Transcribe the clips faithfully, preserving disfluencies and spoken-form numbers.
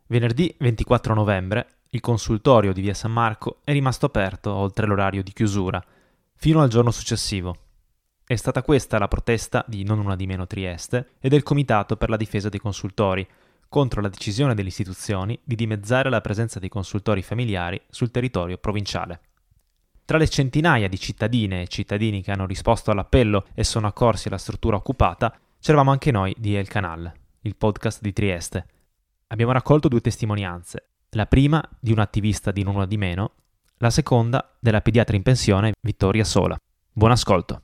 Venerdì ventiquattro novembre il consultorio di via San Marco è rimasto aperto oltre l'orario di chiusura, fino al giorno successivo. È stata questa la protesta di Non Una di Meno Trieste e del Comitato per la Difesa dei Consultori, contro la decisione delle istituzioni di dimezzare la presenza dei consultori familiari sul territorio provinciale. Tra le centinaia di cittadine e cittadini che hanno risposto all'appello e sono accorsi alla struttura occupata, c'eravamo anche noi di El Canal, il podcast di Trieste. Abbiamo raccolto due testimonianze, la prima di un attivista di Non Una di Meno, la seconda della pediatra in pensione Vittoria Sola. Buon ascolto.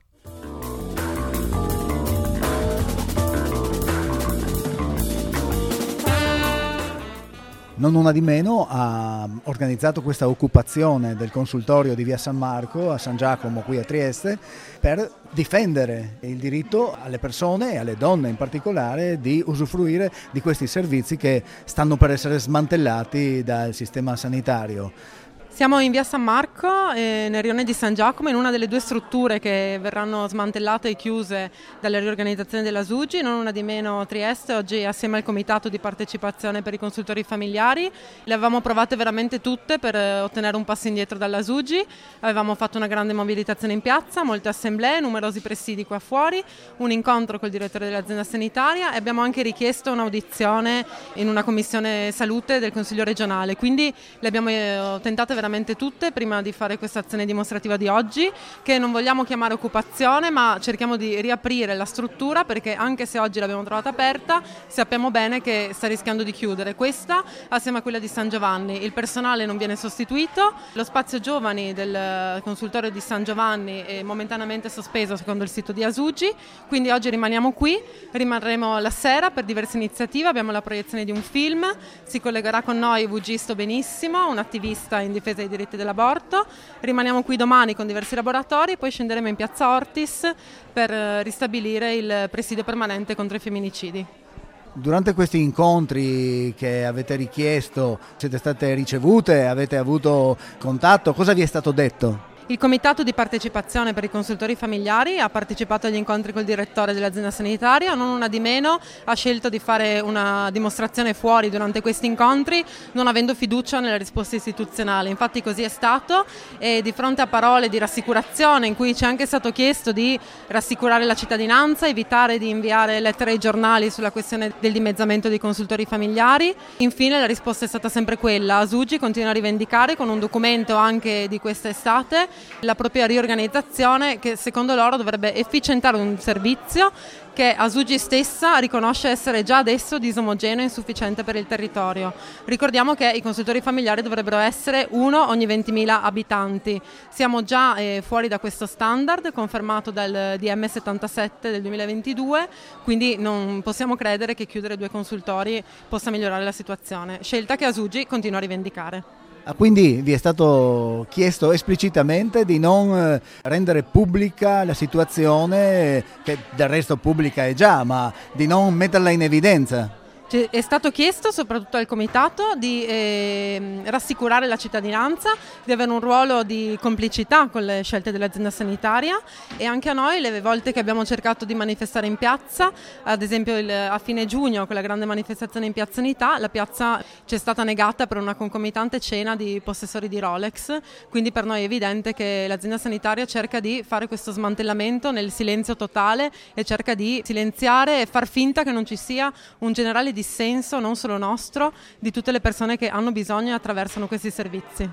Non Una di Meno ha organizzato questa occupazione del consultorio di via San Marco a San Giacomo qui a Trieste per difendere il diritto alle persone e alle donne in particolare di usufruire di questi servizi che stanno per essere smantellati dal sistema sanitario. Siamo in via San Marco, eh, nel rione di San Giacomo, in una delle due strutture che verranno smantellate e chiuse dalla riorganizzazione della S U G I, Non Una di Meno Trieste, oggi assieme al Comitato di Partecipazione per i Consultori Familiari. Le avevamo provate veramente tutte per eh, ottenere un passo indietro dalla S U G I, avevamo fatto una grande mobilitazione in piazza, molte assemblee, numerosi presidi qua fuori, un incontro col direttore dell'azienda sanitaria e abbiamo anche richiesto un'audizione in una commissione salute del Consiglio regionale, quindi le abbiamo eh, tentate veramente veramente tutte prima di fare questa azione dimostrativa di oggi, che non vogliamo chiamare occupazione, ma cerchiamo di riaprire la struttura, perché anche se oggi l'abbiamo trovata aperta sappiamo bene che sta rischiando di chiudere. Questa assieme a quella di San Giovanni, il personale non viene sostituito, lo spazio giovani del consultorio di San Giovanni è momentaneamente sospeso secondo il sito di A S U G I, quindi oggi rimaniamo qui, rimarremo la sera per diverse iniziative, abbiamo la proiezione di un film, si collegherà con noi Vugisto Benissimo, un attivista in difesa dei diritti dell'aborto. Rimaniamo qui domani con diversi laboratori, poi scenderemo in piazza Ortis per ristabilire il presidio permanente contro i femminicidi. Durante questi incontri che avete richiesto, siete state ricevute, avete avuto contatto, cosa vi è stato detto? Il Comitato di Partecipazione per i Consultori Familiari ha partecipato agli incontri col direttore dell'azienda sanitaria, Non Una di Meno ha scelto di fare una dimostrazione fuori durante questi incontri, non avendo fiducia nelle risposte istituzionali. Infatti così è stato, e di fronte a parole di rassicurazione in cui ci è anche stato chiesto di rassicurare la cittadinanza, evitare di inviare lettere ai giornali sulla questione del dimezzamento dei consultori familiari, infine la risposta è stata sempre quella: A S U G I continua a rivendicare con un documento anche di questa estate la propria riorganizzazione, che secondo loro dovrebbe efficientare un servizio che A S U G I stessa riconosce essere già adesso disomogeneo e insufficiente per il territorio. Ricordiamo che i consultori familiari dovrebbero essere uno ogni ventimila abitanti. Siamo già eh, fuori da questo standard confermato dal D M settantasette del duemilaventidue, quindi non possiamo credere che chiudere due consultori possa migliorare la situazione, scelta che A S U G I continua a rivendicare. Quindi vi è stato chiesto esplicitamente di non rendere pubblica la situazione, che del resto pubblica è già, ma di non metterla in evidenza. È stato chiesto soprattutto al Comitato di eh, rassicurare la cittadinanza, di avere un ruolo di complicità con le scelte dell'azienda sanitaria, e anche a noi le volte che abbiamo cercato di manifestare in piazza, ad esempio il, a fine giugno con la grande manifestazione in Piazza Unità, la piazza ci è stata negata per una concomitante cena di possessori di Rolex, quindi per noi è evidente che l'azienda sanitaria cerca di fare questo smantellamento nel silenzio totale e cerca di silenziare e far finta che non ci sia un generale dissenso, non solo nostro, di tutte le persone che hanno bisogno e attraversano questi servizi.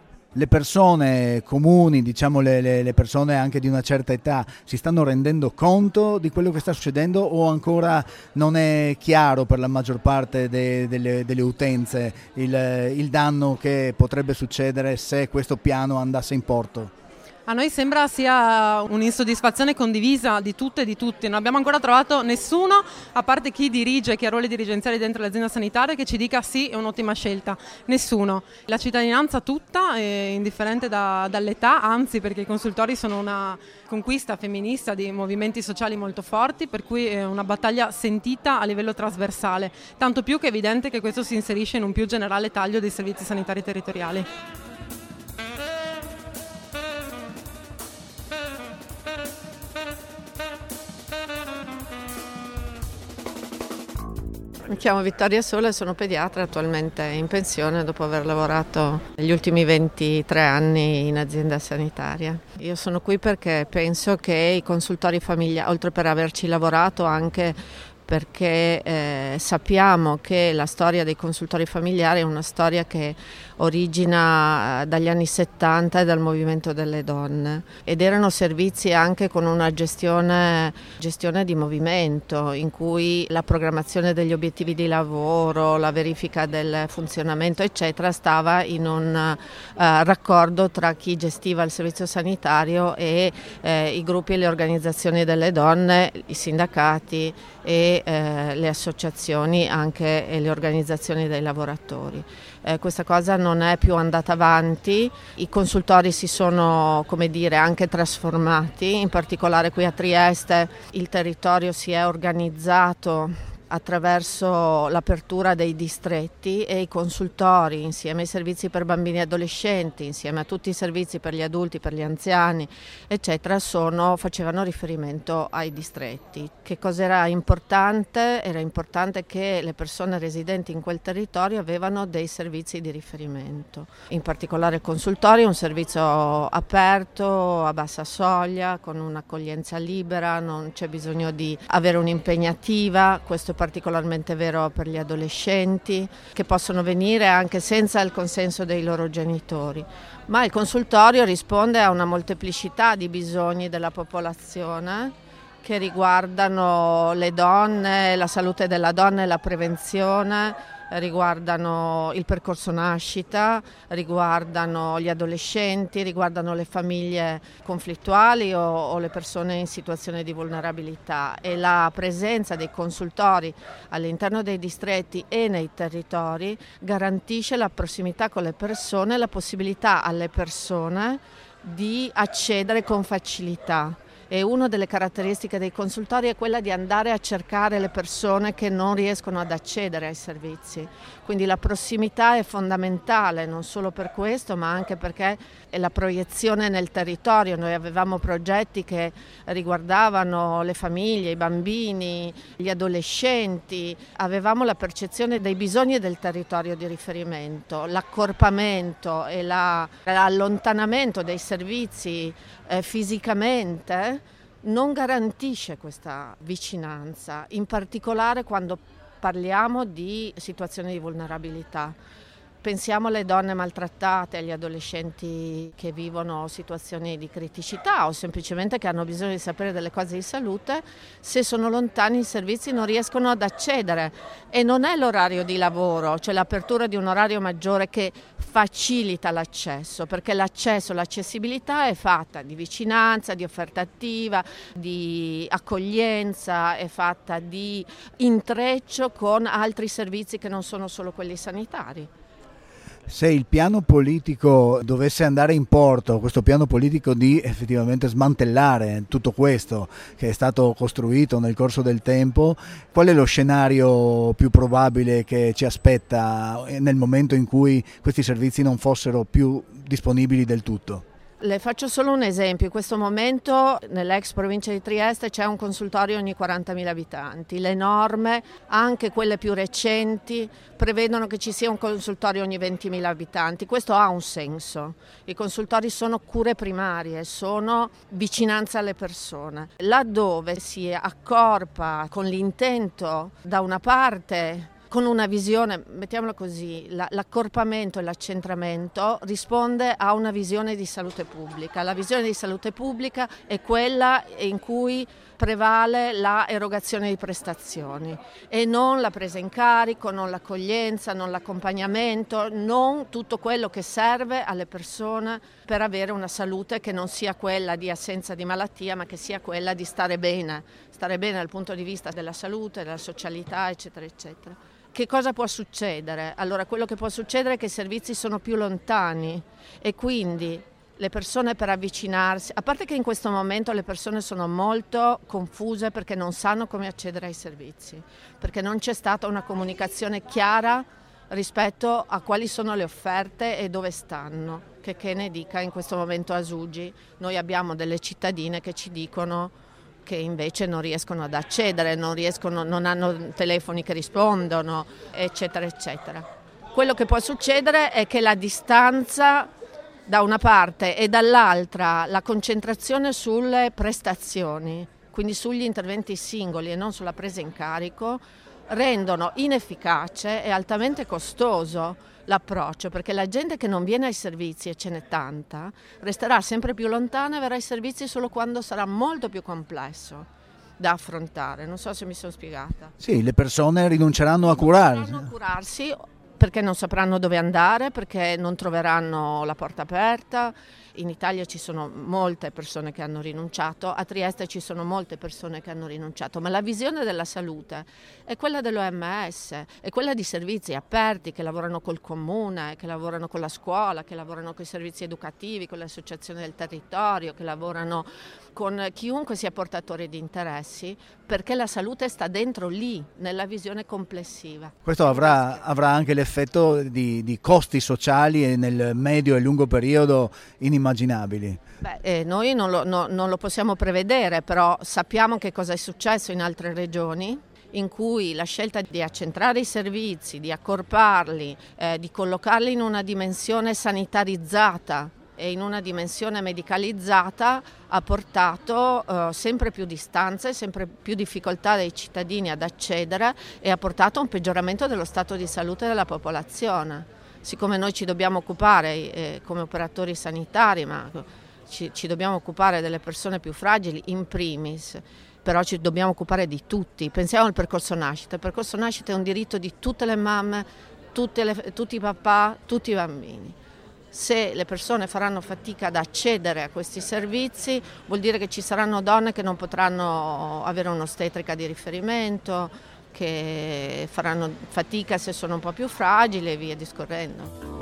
Le persone comuni, diciamo le, le, le persone anche di una certa età, si stanno rendendo conto di quello che sta succedendo, o ancora non è chiaro per la maggior parte de, delle, delle utenze il, il danno che potrebbe succedere se questo piano andasse in porto? A noi sembra sia un'insoddisfazione condivisa di tutte e di tutti. Non abbiamo ancora trovato nessuno, a parte chi dirige, chi ha ruoli dirigenziali dentro l'azienda sanitaria, che ci dica sì, è un'ottima scelta. Nessuno. La cittadinanza tutta è indifferente da, dall'età, anzi, perché i consultori sono una conquista femminista di movimenti sociali molto forti, per cui è una battaglia sentita a livello trasversale. Tanto più che è evidente che questo si inserisce in un più generale taglio dei servizi sanitari territoriali. Mi chiamo Vittoria Sola e sono pediatra, attualmente in pensione dopo aver lavorato negli ultimi ventitré anni in azienda sanitaria. Io sono qui perché penso che i consultori familiari, oltre per averci lavorato, anche perché eh, sappiamo che la storia dei consultori familiari è una storia che origina dagli anni settanta e dal movimento delle donne, ed erano servizi anche con una gestione, gestione di movimento, in cui la programmazione degli obiettivi di lavoro, la verifica del funzionamento eccetera stava in un uh, raccordo tra chi gestiva il servizio sanitario e eh, i gruppi e le organizzazioni delle donne, i sindacati e eh, le associazioni anche e le organizzazioni dei lavoratori. Eh, questa cosa non è più andata avanti, i consultori si sono, come dire, anche trasformati, in particolare qui a Trieste il territorio si è organizzato attraverso l'apertura dei distretti e i consultori, insieme ai servizi per bambini e adolescenti, insieme a tutti i servizi per gli adulti, per gli anziani, eccetera, sono, facevano riferimento ai distretti. Che cosa era importante? Era importante che le persone residenti in quel territorio avevano dei servizi di riferimento. In particolare il consultorio è un servizio aperto, a bassa soglia, con un'accoglienza libera, non c'è bisogno di avere un'impegnativa, questo è particolarmente vero per gli adolescenti che possono venire anche senza il consenso dei loro genitori, ma il consultorio risponde a una molteplicità di bisogni della popolazione che riguardano le donne, la salute della donna e la prevenzione, riguardano il percorso nascita, riguardano gli adolescenti, riguardano le famiglie conflittuali o, o le persone in situazione di vulnerabilità, e la presenza dei consultori all'interno dei distretti e nei territori garantisce la prossimità con le persone, la possibilità alle persone di accedere con facilità. E una delle caratteristiche dei consultori è quella di andare a cercare le persone che non riescono ad accedere ai servizi. Quindi la prossimità è fondamentale, non solo per questo, ma anche perché è la proiezione nel territorio. Noi avevamo progetti che riguardavano le famiglie, i bambini, gli adolescenti, avevamo la percezione dei bisogni del territorio di riferimento, l'accorpamento e la, l'allontanamento dei servizi eh, fisicamente non garantisce questa vicinanza, in particolare quando parliamo di situazioni di vulnerabilità. Pensiamo alle donne maltrattate, agli adolescenti che vivono situazioni di criticità o semplicemente che hanno bisogno di sapere delle cose di salute. Se sono lontani i servizi non riescono ad accedere, e non è l'orario di lavoro, cioè l'apertura di un orario maggiore, che facilita l'accesso, perché l'accesso, l'accessibilità è fatta di vicinanza, di offerta attiva, di accoglienza, è fatta di intreccio con altri servizi che non sono solo quelli sanitari. Se il piano politico dovesse andare in porto, questo piano politico di effettivamente smantellare tutto questo che è stato costruito nel corso del tempo, qual è lo scenario più probabile che ci aspetta nel momento in cui questi servizi non fossero più disponibili del tutto? Le faccio solo un esempio. In questo momento nell'ex provincia di Trieste c'è un consultorio ogni quarantamila abitanti. Le norme, anche quelle più recenti, prevedono che ci sia un consultorio ogni ventimila abitanti. Questo ha un senso. I consultori sono cure primarie, sono vicinanza alle persone. Laddove si accorpa con l'intento da una parte, con una visione, mettiamola così, la, l'accorpamento e l'accentramento risponde a una visione di salute pubblica. La visione di salute pubblica è quella in cui prevale la erogazione di prestazioni e non la presa in carico, non l'accoglienza, non l'accompagnamento, non tutto quello che serve alle persone per avere una salute che non sia quella di assenza di malattia, ma che sia quella di stare bene, stare bene dal punto di vista della salute, della socialità, eccetera, eccetera. Che cosa può succedere? Allora, quello che può succedere è che i servizi sono più lontani e quindi le persone, per avvicinarsi, a parte che in questo momento le persone sono molto confuse perché non sanno come accedere ai servizi, perché non c'è stata una comunicazione chiara rispetto a quali sono le offerte e dove stanno. Che che ne dica in questo momento Asugi, noi abbiamo delle cittadine che ci dicono che invece non riescono ad accedere, non riescono, non hanno telefoni che rispondono, eccetera, eccetera. Quello che può succedere è che la distanza da una parte e dall'altra, la concentrazione sulle prestazioni, quindi sugli interventi singoli e non sulla presa in carico, rendono inefficace e altamente costoso l'approccio, perché la gente che non viene ai servizi, e ce n'è tanta, resterà sempre più lontana e verrà ai servizi solo quando sarà molto più complesso da affrontare. Non so se mi sono spiegata. Sì, le persone rinunceranno a curarsi. Rinunceranno a curarsi perché non sapranno dove andare, perché non troveranno la porta aperta. In Italia ci sono molte persone che hanno rinunciato, a Trieste ci sono molte persone che hanno rinunciato, ma la visione della salute è quella dell'O M S, è quella di servizi aperti che lavorano col comune, che lavorano con la scuola, che lavorano con i servizi educativi, con le associazioni del territorio, che lavorano con chiunque sia portatore di interessi, perché la salute sta dentro lì, nella visione complessiva. Questo avrà, avrà anche l'effetto di, di costi sociali e nel medio e lungo periodo inimmaginabili. Beh, eh, noi non lo, no, non lo possiamo prevedere, però sappiamo che cosa è successo in altre regioni, in cui la scelta di accentrare i servizi, di accorparli, eh, di collocarli in una dimensione sanitarizzata e in una dimensione medicalizzata ha portato eh, sempre più distanze, sempre più difficoltà dei cittadini ad accedere e ha portato a un peggioramento dello stato di salute della popolazione. Siccome noi ci dobbiamo occupare eh, come operatori sanitari, ma ci, ci dobbiamo occupare delle persone più fragili in primis, però ci dobbiamo occupare di tutti. Pensiamo al percorso nascita. Il percorso nascita è un diritto di tutte le mamme, tutte le, tutti i papà, tutti i bambini. Se le persone faranno fatica ad accedere a questi servizi, vuol dire che ci saranno donne che non potranno avere un'ostetrica di riferimento, che faranno fatica se sono un po' più fragili e via discorrendo.